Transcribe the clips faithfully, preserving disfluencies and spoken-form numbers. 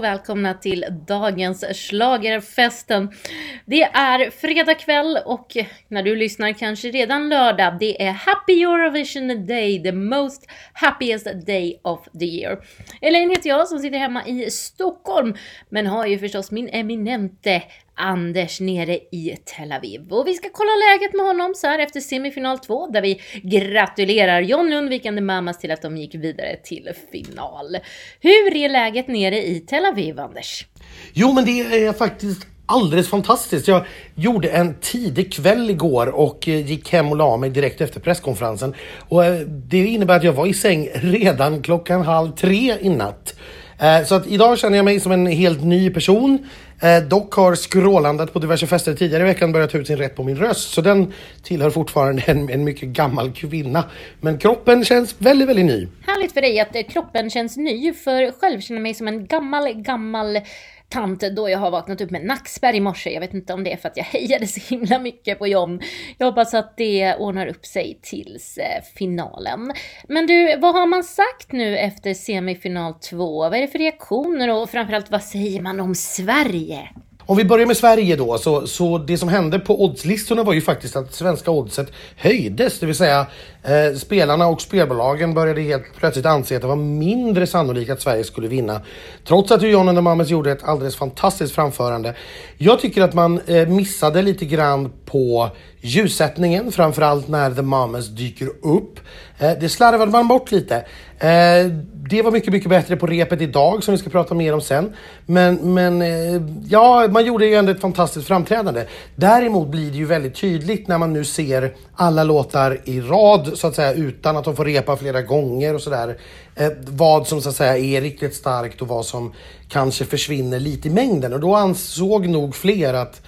välkomna till dagens schlagerfesten. Det är fredag kväll och när du lyssnar kanske redan lördag. Det är Happy Eurovision Day, the most happiest day of the year. Elaine heter jag som sitter hemma i Stockholm, men har ju förstås min eminente Anders nere i Tel Aviv. Och vi ska kolla läget med honom så här efter semifinal två, där vi gratulerar John Lundvik and the Mamas till att de gick vidare till final. Hur är läget nere i Tel Aviv, Anders? Jo, men det är faktiskt alldeles fantastiskt. Jag gjorde en tidig kväll igår och gick hem och la mig direkt efter presskonferensen. Och det innebär att jag var i säng redan klockan halv tre i natt. Så att idag känner jag mig som en helt ny person. Eh, dock har skrålandet på diverse fester tidigare i veckan börjat ta ut sin rätt på min röst. Så den tillhör fortfarande en, en mycket gammal kvinna. Men kroppen känns väldigt, väldigt ny. Härligt för dig att eh, kroppen känns ny. För själv känner jag mig som en gammal, gammal tant då jag har vaknat upp med nackspärr i morse. Jag vet inte om det är för att jag hejade så himla mycket på John. Jag hoppas att det ordnar upp sig tills eh, finalen. Men du, vad har man sagt nu efter semifinal två? Vad är det för reaktioner och framförallt vad säger man om Sverige? Om vi börjar med Sverige då, så, så det som hände på oddslistorna var ju faktiskt att svenska oddset höjdes. Det vill säga eh, spelarna och spelbolagen började helt plötsligt anse att det var mindre sannolikt att Sverige skulle vinna. Trots att John and the Mamas gjorde ett alldeles fantastiskt framförande. Jag tycker att man eh, missade lite grann på ljussättningen, framförallt när The Mamas dyker upp. Eh, det slarvade man bort lite. Eh, det var mycket, mycket bättre på repet idag som vi ska prata mer om sen. Men, men eh, ja, man gjorde ju ändå ett fantastiskt framträdande. Däremot blir det ju väldigt tydligt när man nu ser alla låtar i rad så att säga, utan att de får repa flera gånger och sådär. Eh, vad som så att säga är riktigt starkt och vad som kanske försvinner lite i mängden. Och då ansåg nog fler att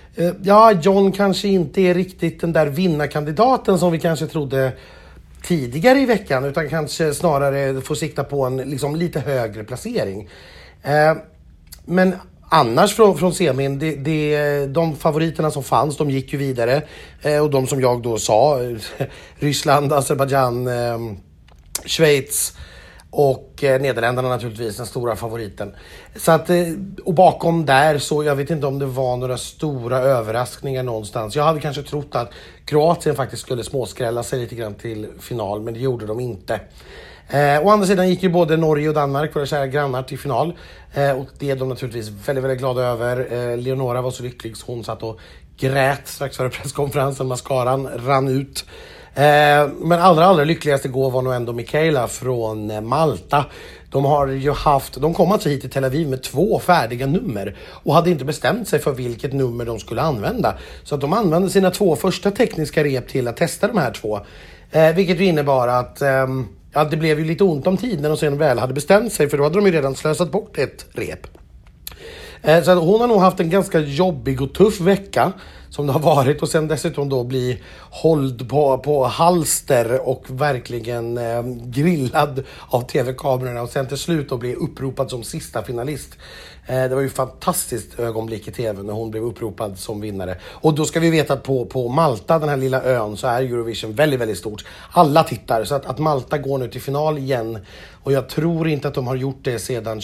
ja, John kanske inte är riktigt den där vinnarkandidaten som vi kanske trodde tidigare i veckan, utan kanske snarare får sikta på en liksom lite högre placering. Eh, men annars från, från semin, det, det, de favoriterna som fanns, de gick ju vidare. Eh, och de som jag då sa, Ryssland, Azerbaijan, eh, Schweiz och eh, Nederländerna naturligtvis, den stora favoriten. Så att, eh, och bakom där så, jag vet inte om det var några stora överraskningar någonstans. Jag hade kanske trott att Kroatien faktiskt skulle småskrälla sig lite grann till final, men det gjorde de inte. Eh, å andra sidan gick ju både Norge och Danmark, våra kära grannar, till final. Eh, och det är de naturligtvis väldigt, väldigt glada över. Eh, Leonora var så lycklig så hon satt och grät strax före presskonferensen. Mascaran rann ut. Eh, men allra, allra lyckligaste går var nog ändå Mikaela från eh, Malta. De har ju haft, de kom alltså hit till Tel Aviv med två färdiga nummer och hade inte bestämt sig för vilket nummer de skulle använda. Så att de använde sina två första tekniska rep till att testa de här två. Eh, vilket ju innebar att eh, ja, det blev ju lite ont om tid när de sen väl hade bestämt sig, för då hade de ju redan slösat bort ett rep. Eh, så att hon har nog haft en ganska jobbig och tuff vecka som det har varit, och sen dessutom då bli hålld på, på halster och verkligen eh, grillad av tv-kamerorna och sen till slut då bli uppropad som sista finalist. Eh, det var ju ett fantastiskt ögonblick i tv när hon blev uppropad som vinnare. Och då ska vi veta att på, på Malta, den här lilla ön, så är Eurovision väldigt, väldigt stort. Alla tittar, så att, att Malta går nu till final igen, och jag tror inte att de har gjort det sedan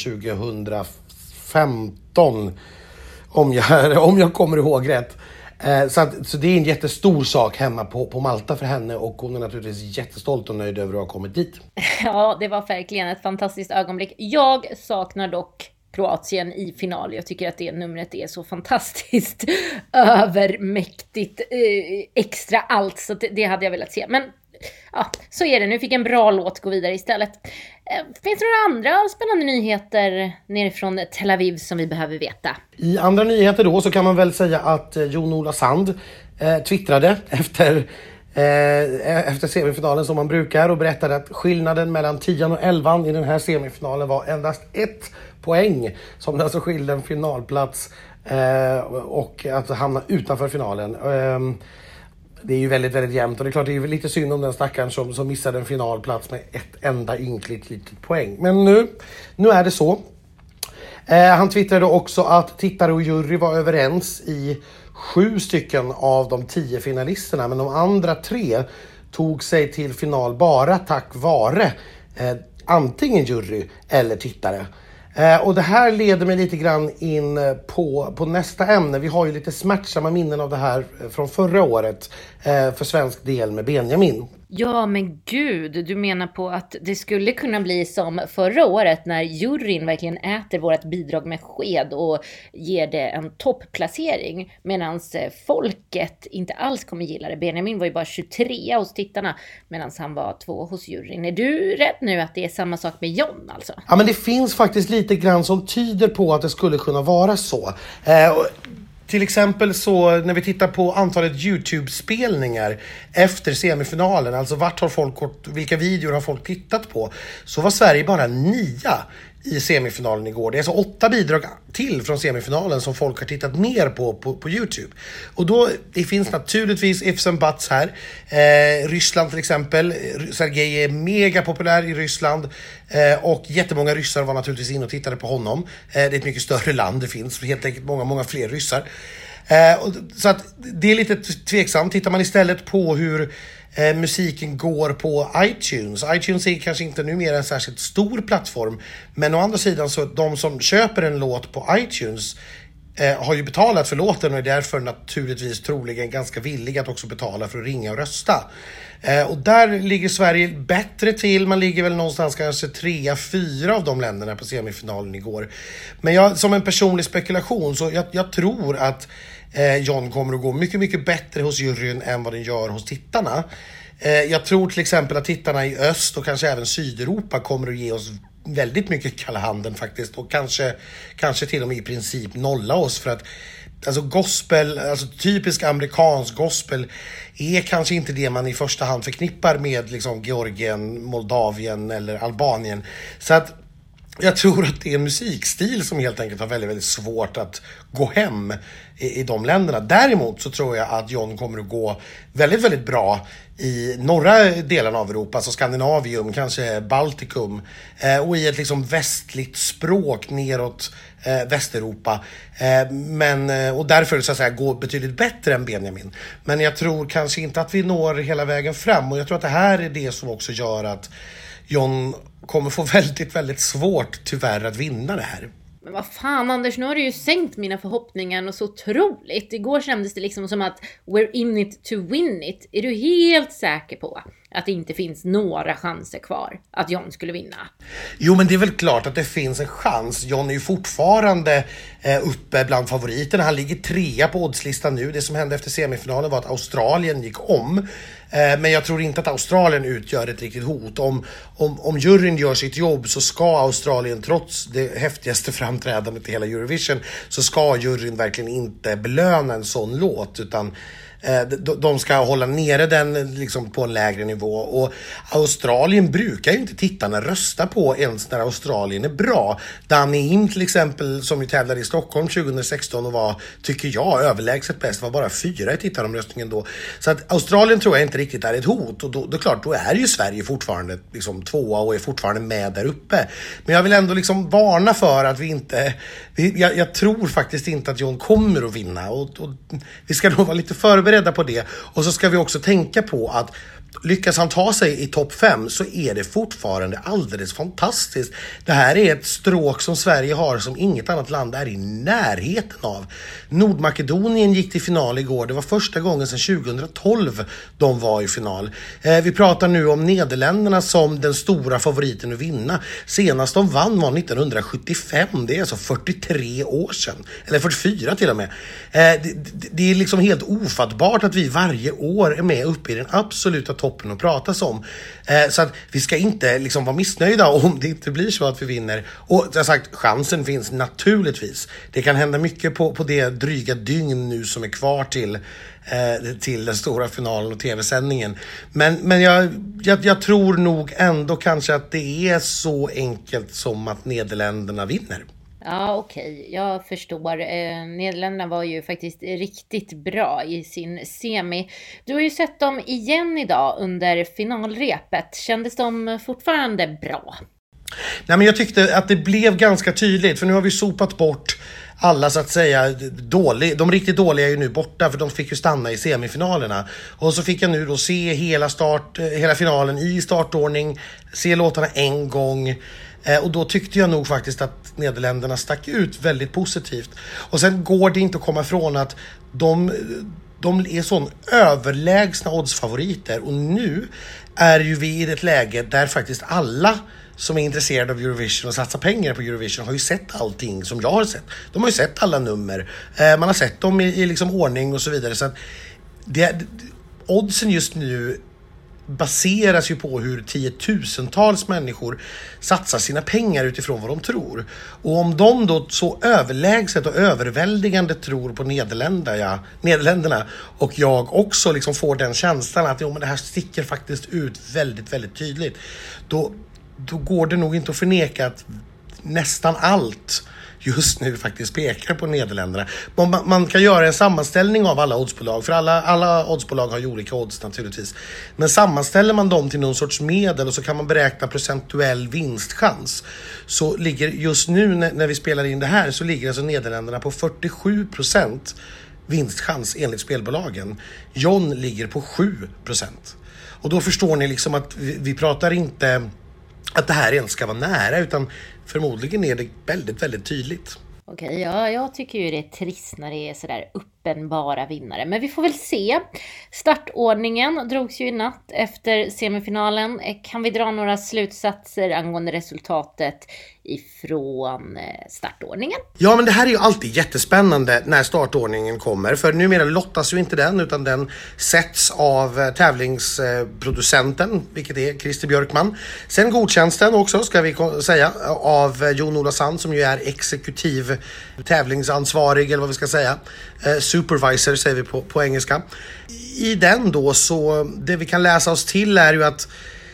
tjugohundrafemton om jag, om jag kommer ihåg rätt. Så, att, så det är en jättestor sak hemma på, på Malta för henne, och hon är naturligtvis jättestolt och nöjd över att ha kommit dit. Ja, det var verkligen ett fantastiskt ögonblick. Jag saknar dock Kroatien i final. Jag tycker att det numret är så fantastiskt övermäktigt, eh, extra allt, så det, det hade jag velat se. Men ja, så är det. Nu fick en bra låt gå vidare istället. Finns det några andra spännande nyheter nerifrån Tel Aviv som vi behöver veta? I andra nyheter då så kan man väl säga att Jon-Ola Sand eh, twittrade efter, eh, efter semifinalen som man brukar, och berättade att skillnaden mellan tian och elvan i den här semifinalen var endast ett poäng, som alltså skilde en finalplats eh, och att hamna utanför finalen. Eh, Det är ju väldigt, väldigt jämnt, och det är klart det är lite synd om den stackaren som, som missade en finalplats med ett enda ynkligt litet poäng. Men nu, nu är det så. Eh, han twittrade också att tittare och jury var överens i sju stycken av de tio finalisterna, men de andra tre tog sig till final bara tack vare eh, antingen jury eller tittare. Eh, och det här leder mig lite grann in på, på nästa ämne. Vi har ju lite smärtsamma minnen av det här från förra året eh, för svensk del med Benjamin. Ja, men gud, du menar på att det skulle kunna bli som förra året när juryn verkligen äter vårt bidrag med sked och ger det en toppplacering, medan folket inte alls kommer gilla det. Benjamin var ju bara tjugotre hos tittarna medan han var två hos juryn. Är du rädd nu att det är samma sak med John alltså? Ja, men det finns faktiskt lite grann som tyder på att det skulle kunna vara så. Eh, och... Till exempel så när vi tittar på antalet YouTube-spelningar efter semifinalen, alltså vart har folk, vilka videor har folk tittat på, så var Sverige bara nia i semifinalen igår. Det är alltså åtta bidrag till från semifinalen som folk har tittat mer på på, på YouTube. Och då, det finns naturligtvis ifs and buts här. Eh, Ryssland till exempel. Sergej är mega populär i Ryssland. Eh, och jättemånga ryssar var naturligtvis in och tittade på honom. Eh, det är ett mycket större land. Det finns helt enkelt många, många fler ryssar. Eh, och, så att det är lite tveksamt. Tittar man istället på hur Eh, musiken går på iTunes. iTunes är kanske inte numera en särskilt stor plattform, men å andra sidan så de som köper en låt på iTunes eh, har ju betalat för låten och är därför naturligtvis troligen ganska villiga att också betala för att ringa och rösta. Eh, och där ligger Sverige bättre till. Man ligger väl någonstans kanske trea, fyra av de länderna på semifinalen igår. Men jag, som en personlig spekulation så jag, jag tror att eh, John kommer att gå mycket, mycket bättre hos juryn än vad den gör hos tittarna. Eh, jag tror till exempel att tittarna i öst och kanske även Sydeuropa kommer att ge oss väldigt mycket kalla handen faktiskt. Och kanske, kanske till och med i princip nolla oss, för att alltså gospel, alltså typisk amerikansk gospel är kanske inte det man i första hand förknippar med liksom Georgien, Moldavien eller Albanien. Så att jag tror att det är en musikstil som helt enkelt har väldigt, väldigt svårt att gå hem i, i de länderna. Däremot så tror jag att John kommer att gå väldigt, väldigt bra i norra delen av Europa, alltså Skandinavium, kanske Baltikum, eh, och i ett liksom västligt språk neråt eh, Västeuropa. Eh, men, och därför så att säga går betydligt bättre än Benjamin. Men jag tror kanske inte att vi når hela vägen fram, och jag tror att det här är det som också gör att John kommer få väldigt, väldigt svårt tyvärr att vinna det här. Men vad fan Anders, nu har du ju sänkt mina förhoppningar och så otroligt. Igår kändes det liksom som att we're in it to win it. Är du helt säker på att det inte finns några chanser kvar att John skulle vinna? Jo, men det är väl klart att det finns en chans. John är ju fortfarande eh, uppe bland favoriterna. Han ligger trea på oddslistan nu. Det som hände efter semifinalen var att Australien gick om. Eh, men jag tror inte att Australien utgör ett riktigt hot. Om, om, om juryn gör sitt jobb så ska Australien, trots det häftigaste framträdandet i hela Eurovision, så ska juryn verkligen inte belöna en sån låt, utan de ska hålla nere den liksom på en lägre nivå. Och Australien brukar ju inte tittarna rösta på ens när Australien är bra. Danny Im till exempel, som ju tävlade i Stockholm tjugohundrasexton och var, tycker jag, överlägset bäst, var bara fyra i tittaromröstningen då. Så att Australien tror jag inte riktigt är ett hot, och då, då klart, då är ju Sverige fortfarande liksom tvåa och är fortfarande med där uppe. Men jag vill ändå liksom varna för att vi inte vi, jag, jag tror faktiskt inte att John kommer att vinna, och, och vi ska nog vara lite förberedda beredda på det. Och så ska vi också tänka på att lyckas han ta sig i topp fem så är det fortfarande alldeles fantastiskt. Det här är ett stråk som Sverige har som inget annat land är i närheten av. Nordmakedonien gick till final igår. Det var första gången sedan tjugohundratolv de var i final. Eh, vi pratar nu om Nederländerna som den stora favoriten att vinna. Senast de vann var nittonhundrasjuttiofem. Det är alltså fyrtiotre år sedan. Eller fyrtiofyra till och med. Eh, det, det, det är liksom helt ofattbart att vi varje år är med uppe i den absoluta toppen och pratas om. Eh, så att vi ska inte liksom vara missnöjda om det inte blir så att vi vinner. Och jag har sagt, chansen finns naturligtvis. Det kan hända mycket på, på det dryga dygn nu som är kvar till, eh, till den stora finalen och tv-sändningen. Men, men jag, jag, jag tror nog ändå kanske att det är så enkelt som att Nederländerna vinner. Ja, okej. Okay. Jag förstår. Eh, Nederländerna var ju faktiskt riktigt bra i sin semi. Du har ju sett dem igen idag under finalrepet. Kändes de fortfarande bra? Nej, men jag tyckte att det blev ganska tydligt, för nu har vi sopat bort alla så att säga dålig, de riktigt dåliga är ju nu borta, för de fick ju stanna i semifinalerna. Och så fick jag nu då se hela start, hela finalen i startordning, se låtarna en gång. Eh, och då tyckte jag nog faktiskt att Nederländerna stack ut väldigt positivt. Och sen går det inte att komma ifrån att de, de är sån överlägsna oddsfavoriter. Och nu är ju vi i ett läge där faktiskt alla som är intresserade av Eurovision och satsar pengar på Eurovision har ju sett allting som jag har sett. De har ju sett alla nummer. Eh, man har sett dem i, i liksom ordning och så vidare. Så att det, oddsen just nu baseras ju på hur tiotusentals människor satsar sina pengar utifrån vad de tror. Och om de då så överlägset och överväldigande tror på Nederländerna, ja, Nederländerna och jag också liksom får den känslan att jo, men det här sticker faktiskt ut väldigt, väldigt tydligt. Då, då går det nog inte att förneka att nästan allt just nu faktiskt pekar på Nederländerna. Man, man kan göra en sammanställning av alla oddsbolag, för alla, alla oddsbolag har ju olika odds naturligtvis. Men sammanställer man dem till någon sorts medel och så kan man beräkna procentuell vinstchans, så ligger just nu när, när vi spelar in det här så ligger alltså Nederländerna på fyrtiosju procent vinstchans enligt spelbolagen. John ligger på sju procent. Och då förstår ni liksom att vi, vi pratar inte att det här ens ska vara nära, utan förmodligen är det väldigt, väldigt tydligt. Okej, ja, jag tycker ju det är trist när det är sådär uppenbara vinnare. Men vi får väl se. Startordningen drogs ju i natt efter semifinalen. Kan vi dra några slutsatser angående resultatet ifrån startordningen? Ja, men det här är ju alltid jättespännande när startordningen kommer. För numera lottas ju inte den, utan den sätts av tävlingsproducenten, vilket är Christer Björkman. Sen godkänns den också, ska vi säga, av Jon-Ola Sand, som ju är exekutiv tävlingsansvarig, eller vad vi ska säga. Supervisor säger vi på, på engelska. I den då, så det vi kan läsa oss till är ju att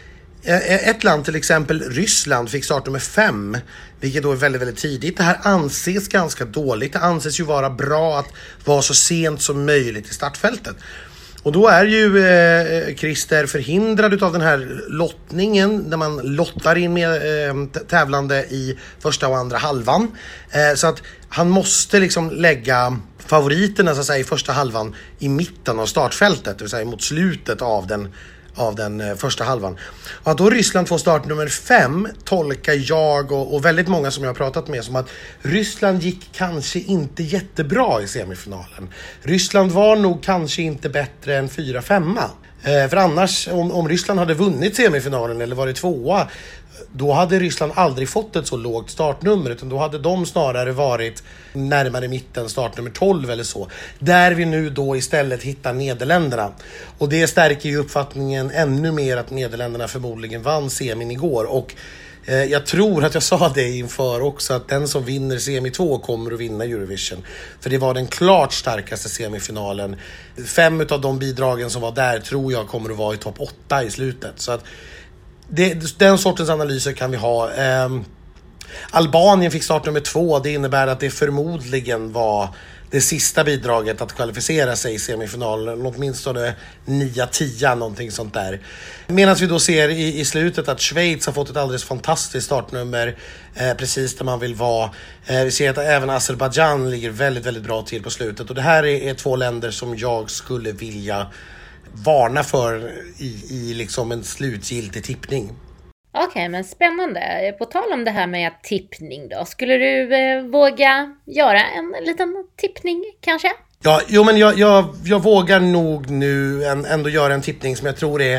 ett land, till exempel Ryssland, fick startnummer fem, vilket då är väldigt, väldigt tidigt. Det här anses ganska dåligt. Det anses ju vara bra att vara så sent som möjligt i startfältet. Och då är ju eh, Christer förhindrad av den här lottningen, där man lottar in med eh, tävlande i första och andra halvan. Eh, så att han måste liksom lägga favoriterna så att säga i första halvan i mitten av startfältet, det vill säga mot slutet av den av den första halvan. Och att då Ryssland får start nummer fem tolkar jag och, och väldigt många som jag har pratat med som att Ryssland gick kanske inte jättebra i semifinalen. Ryssland var nog kanske inte bättre än fyra femma. Eh, för annars, om, om Ryssland hade vunnit semifinalen eller varit tvåa, då hade Ryssland aldrig fått ett så lågt startnummer, utan då hade de snarare varit närmare mitten, startnummer tolv eller så. Där vi nu då istället hittar Nederländerna. Och det stärker ju uppfattningen ännu mer att Nederländerna förmodligen vann semin igår. Och eh, jag tror att jag sa det inför också, att den som vinner semi två kommer att vinna Eurovision. För det var den klart starkaste semifinalen. Fem av de bidragen som var där tror jag kommer att vara i topp åtta i slutet. Så att Det, den sortens analyser kan vi ha. Eh, Albanien fick start nummer två. Det innebär att det förmodligen var det sista bidraget att kvalificera sig i semifinalen. Åtminstone nio tio, någonting sånt där. Medan vi då ser i, i slutet att Schweiz har fått ett alldeles fantastiskt startnummer. Eh, precis där man vill vara. Eh, vi ser att även Azerbaijan ligger väldigt, väldigt bra till på slutet. Och det här är, är två länder som jag skulle vilja varna för i, i liksom en slutgiltig tippning. Okej, okay, men spännande. På tal om det här med tippning då. Skulle du eh, våga göra en liten tippning kanske? Ja, jo, men jag, jag, jag vågar nog nu en, ändå göra en tippning som jag tror är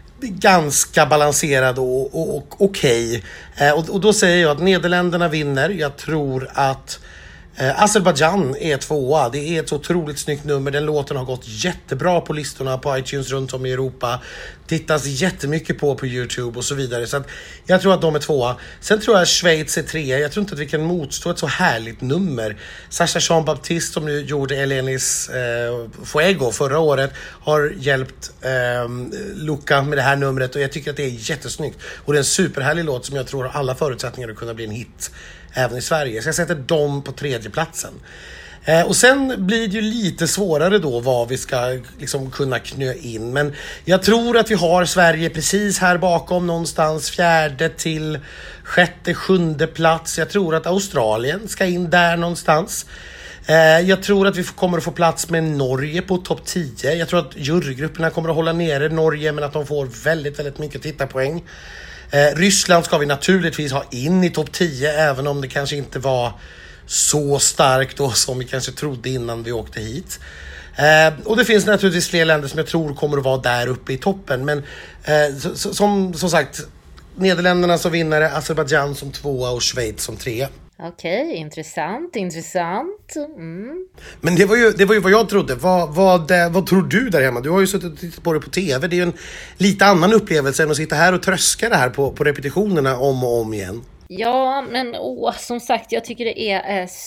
ganska balanserad och, och, och okej. Okay. Eh, och, och då säger jag att Nederländerna vinner. Jag tror att Eh, Azerbaijan är tvåa. Det är ett så otroligt snyggt nummer. Den låten har gått jättebra på listorna på iTunes runt om i Europa. Tittas jättemycket på på YouTube och så vidare. Så att jag tror att de är tvåa. Sen tror jag att Schweiz är trea. Jag tror inte att vi kan motstå ett så härligt nummer. Sacha Jean-Baptiste, som ju gjorde Elenis eh, Fuego förra året, har hjälpt eh, Luca med det här numret. Och jag tycker att det är jättesnyggt. Och det är en superhärlig låt som jag tror har alla förutsättningar att kunna bli en hit även i Sverige. Så jag sätter dem på tredje platsen. Eh, och sen blir det ju lite svårare då vad vi ska liksom kunna knö in. Men jag tror att vi har Sverige precis här bakom, någonstans fjärde till sjätte, sjunde plats. Jag tror att Australien ska in där någonstans. Eh, jag tror att vi kommer att få plats med Norge på topp tio. Jag tror att jurygrupperna kommer att hålla nere Norge, men att de får väldigt, väldigt mycket tittarpoäng. Eh, Ryssland ska vi naturligtvis ha in i topp tio, även om det kanske inte var så starkt då som vi kanske trodde innan vi åkte hit. Eh, och det finns naturligtvis fler länder som jag tror kommer att vara där uppe i toppen. Men eh, så, så, som, som sagt, Nederländerna som vinnare, Azerbaijan som tvåa och Schweiz som trea. Okej, okay, intressant, intressant. Mm. Men det var, ju, det var ju vad jag trodde. Vad, vad, vad tror du där hemma? Du har ju suttit och tittat på det på tv. Det är ju en lite annan upplevelse än att sitta här och tröska det här på, på repetitionerna om och om igen. Ja, men åh, som sagt, jag tycker det är eh,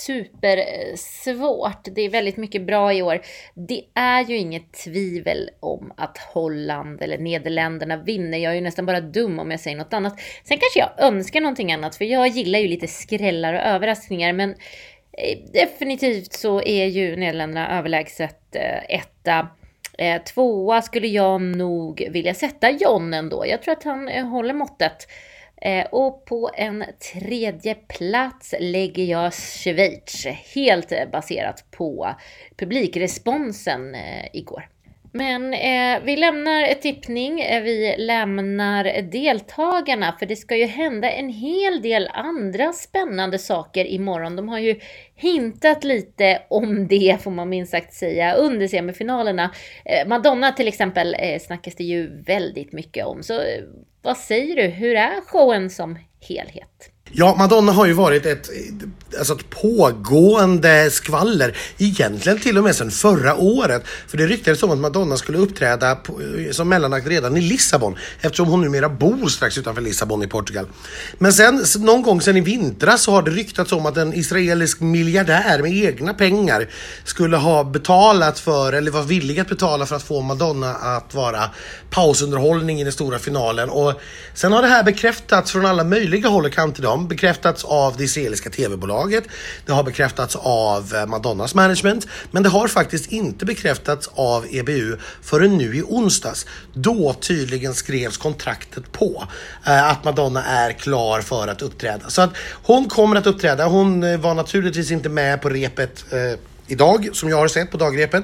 supersvårt. Det är väldigt mycket bra i år. Det är ju inget tvivel om att Holland eller Nederländerna vinner. Jag är ju nästan bara dum om jag säger något annat. Sen kanske jag önskar någonting annat, för jag gillar ju lite skrällar och överraskningar. Men eh, definitivt så är ju Nederländerna överlägset eh, etta. Eh, tvåa skulle jag nog vilja sätta John ändå. Jag tror att han eh, håller måttet. Eh, och på en tredje plats lägger jag Schweiz, helt eh, baserat på publikresponsen eh, igår. Men eh, vi lämnar ett tippning, eh, vi lämnar deltagarna, för det ska ju hända en hel del andra spännande saker imorgon. De har ju hintat lite om det, får man minst sagt säga, under semifinalerna. Eh, Madonna till exempel eh, snackas det ju väldigt mycket om. Så eh, vad säger du? Hur är showen som helhet? Ja, Madonna har ju varit ett, alltså ett pågående skvaller, egentligen till och med sedan förra året. För det ryktades om att Madonna skulle uppträda på, som mellanakt redan i Lissabon, eftersom hon numera bor strax utanför Lissabon i Portugal. Men sen, någon gång sedan i vintras så har det ryktats om att en israelisk miljardär med egna pengar skulle ha betalat för, eller var villig att betala för att få Madonna att vara pausunderhållning i den stora finalen. Och sen har det här bekräftats från alla möjliga håll och kanter idag. Bekräftats av det israeliska tv-bolaget. Det har bekräftats av Madonnas management. Men det har faktiskt inte bekräftats av E B U förrän nu i onsdags. Då tydligen skrevs kontraktet på eh, att Madonna är klar för att uppträda. Så att hon kommer att uppträda. Hon eh, var naturligtvis inte med på repet eh, idag, som jag har sett på dagrepet.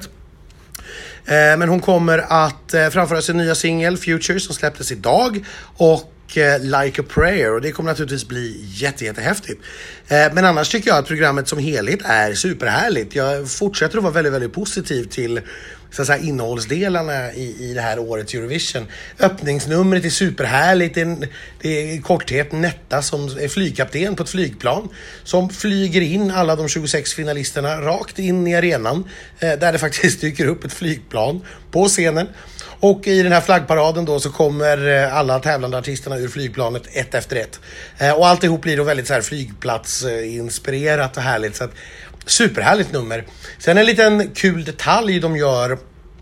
Eh, men hon kommer att eh, framföra sin nya singel Future som släpptes idag. Och Like a Prayer, och det kommer naturligtvis bli jätte, jättehäftigt. Eh, men annars tycker jag att programmet som helhet är superhärligt. Jag fortsätter att vara väldigt, väldigt positiv till så att säga, innehållsdelarna i, i det här årets Eurovision. Öppningsnumret är superhärligt. Det är, det är i korthet Netta som är flygkapten på ett flygplan som flyger in alla de tjugosex finalisterna rakt in i arenan, eh, där det faktiskt dyker upp ett flygplan på scenen. Och i den här flaggparaden då så kommer alla tävlande artisterna ur flygplanet ett efter ett. Och alltihop blir då väldigt så här flygplatsinspirerat och härligt. Så att, superhärligt nummer. Sen en liten kul detalj de gör,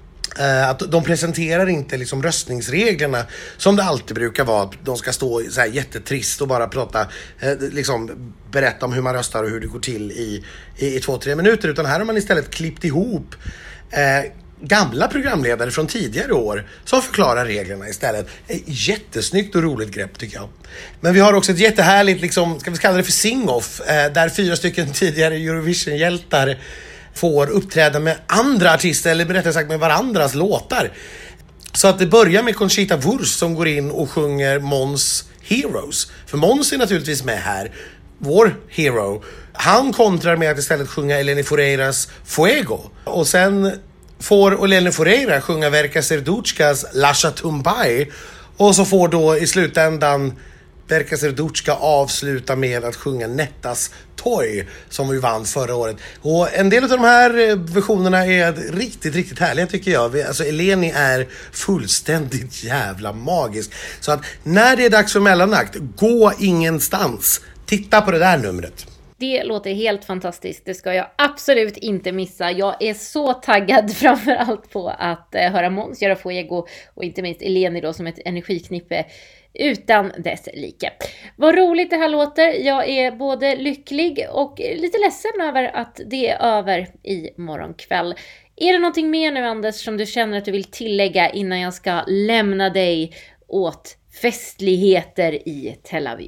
att de presenterar inte liksom röstningsreglerna som det alltid brukar vara. De ska stå så här jättetrist och bara prata, liksom berätta om hur man röstar och hur det går till i, i, i två, tre minuter. Utan här har man istället klippt ihop eh, gamla programledare från tidigare år som förklarar reglerna istället. Jättesnyggt och roligt grepp tycker jag. Men vi har också ett jättehärligt, liksom, ska vi kalla det för sing-off, eh, där fyra stycken tidigare Eurovision-hjältar får uppträda med andra artister, eller rättare sagt med varandras låtar. Så att det börjar med Conchita Wurst som går in och sjunger Måns Heroes. För Måns är naturligtvis med här, vår hero. Han kontrar med att istället sjunga Eleni Foureiras Fuego. Och sen får Eleni Foureira sjunga Verka Serduchkas Lascia Tumbai. Och så får då i slutändan Verka Serduchka avsluta med att sjunga Nettas Toy som vi vann förra året. Och en del av de här versionerna är riktigt, riktigt härliga tycker jag. Alltså Eleni är fullständigt jävla magisk. Så att när det är dags för mellanakt, gå ingenstans. Titta på det där numret. Det låter helt fantastiskt. Det ska jag absolut inte missa. Jag är så taggad framförallt på att eh, höra Måns göra Fuego och inte minst Eleni då som ett energiknippe utan dess like. Vad roligt det här låter. Jag är både lycklig och lite ledsen över att det är över i morgon kväll. Är det någonting mer nu, Anders, som du känner att du vill tillägga innan jag ska lämna dig åt festligheter i Tel Aviv?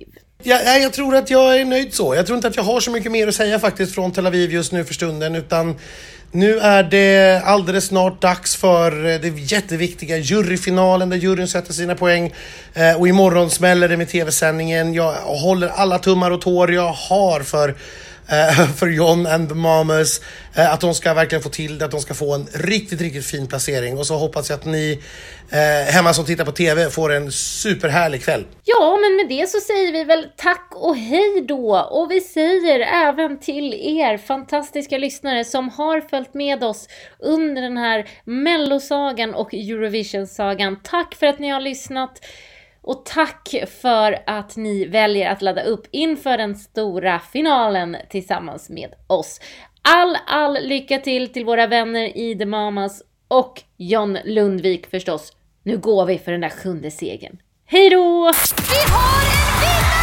jag, jag tror att jag är nöjd så. Jag tror inte att jag har så mycket mer att säga faktiskt från Tel Aviv just nu för stunden, utan nu är det alldeles snart dags för det jätteviktiga juryfinalen där juryn sätter sina poäng. Eh, och imorgon smäller det med tv-sändningen. Jag håller alla tummar och tår jag har för, eh, för John and the Mamas. Eh, att de ska verkligen få till det, att de ska få en riktigt, riktigt fin placering. Och så hoppas jag att ni eh, hemma som tittar på tv får en superhärlig kväll. Ja, men med det så säger vi väl tack och hej då. Och vi säger även till er fantastiska lyssnare som har följt med oss under den här Mellosagan och Eurovision-sagan. Tack för att ni har lyssnat. Och tack för att ni väljer att ladda upp inför den stora finalen tillsammans med oss. All, all lycka till till våra vänner i The Mamas och John Lundvik förstås. Nu går vi för den där sjunde segern. Hej då! Vi har en vinnare!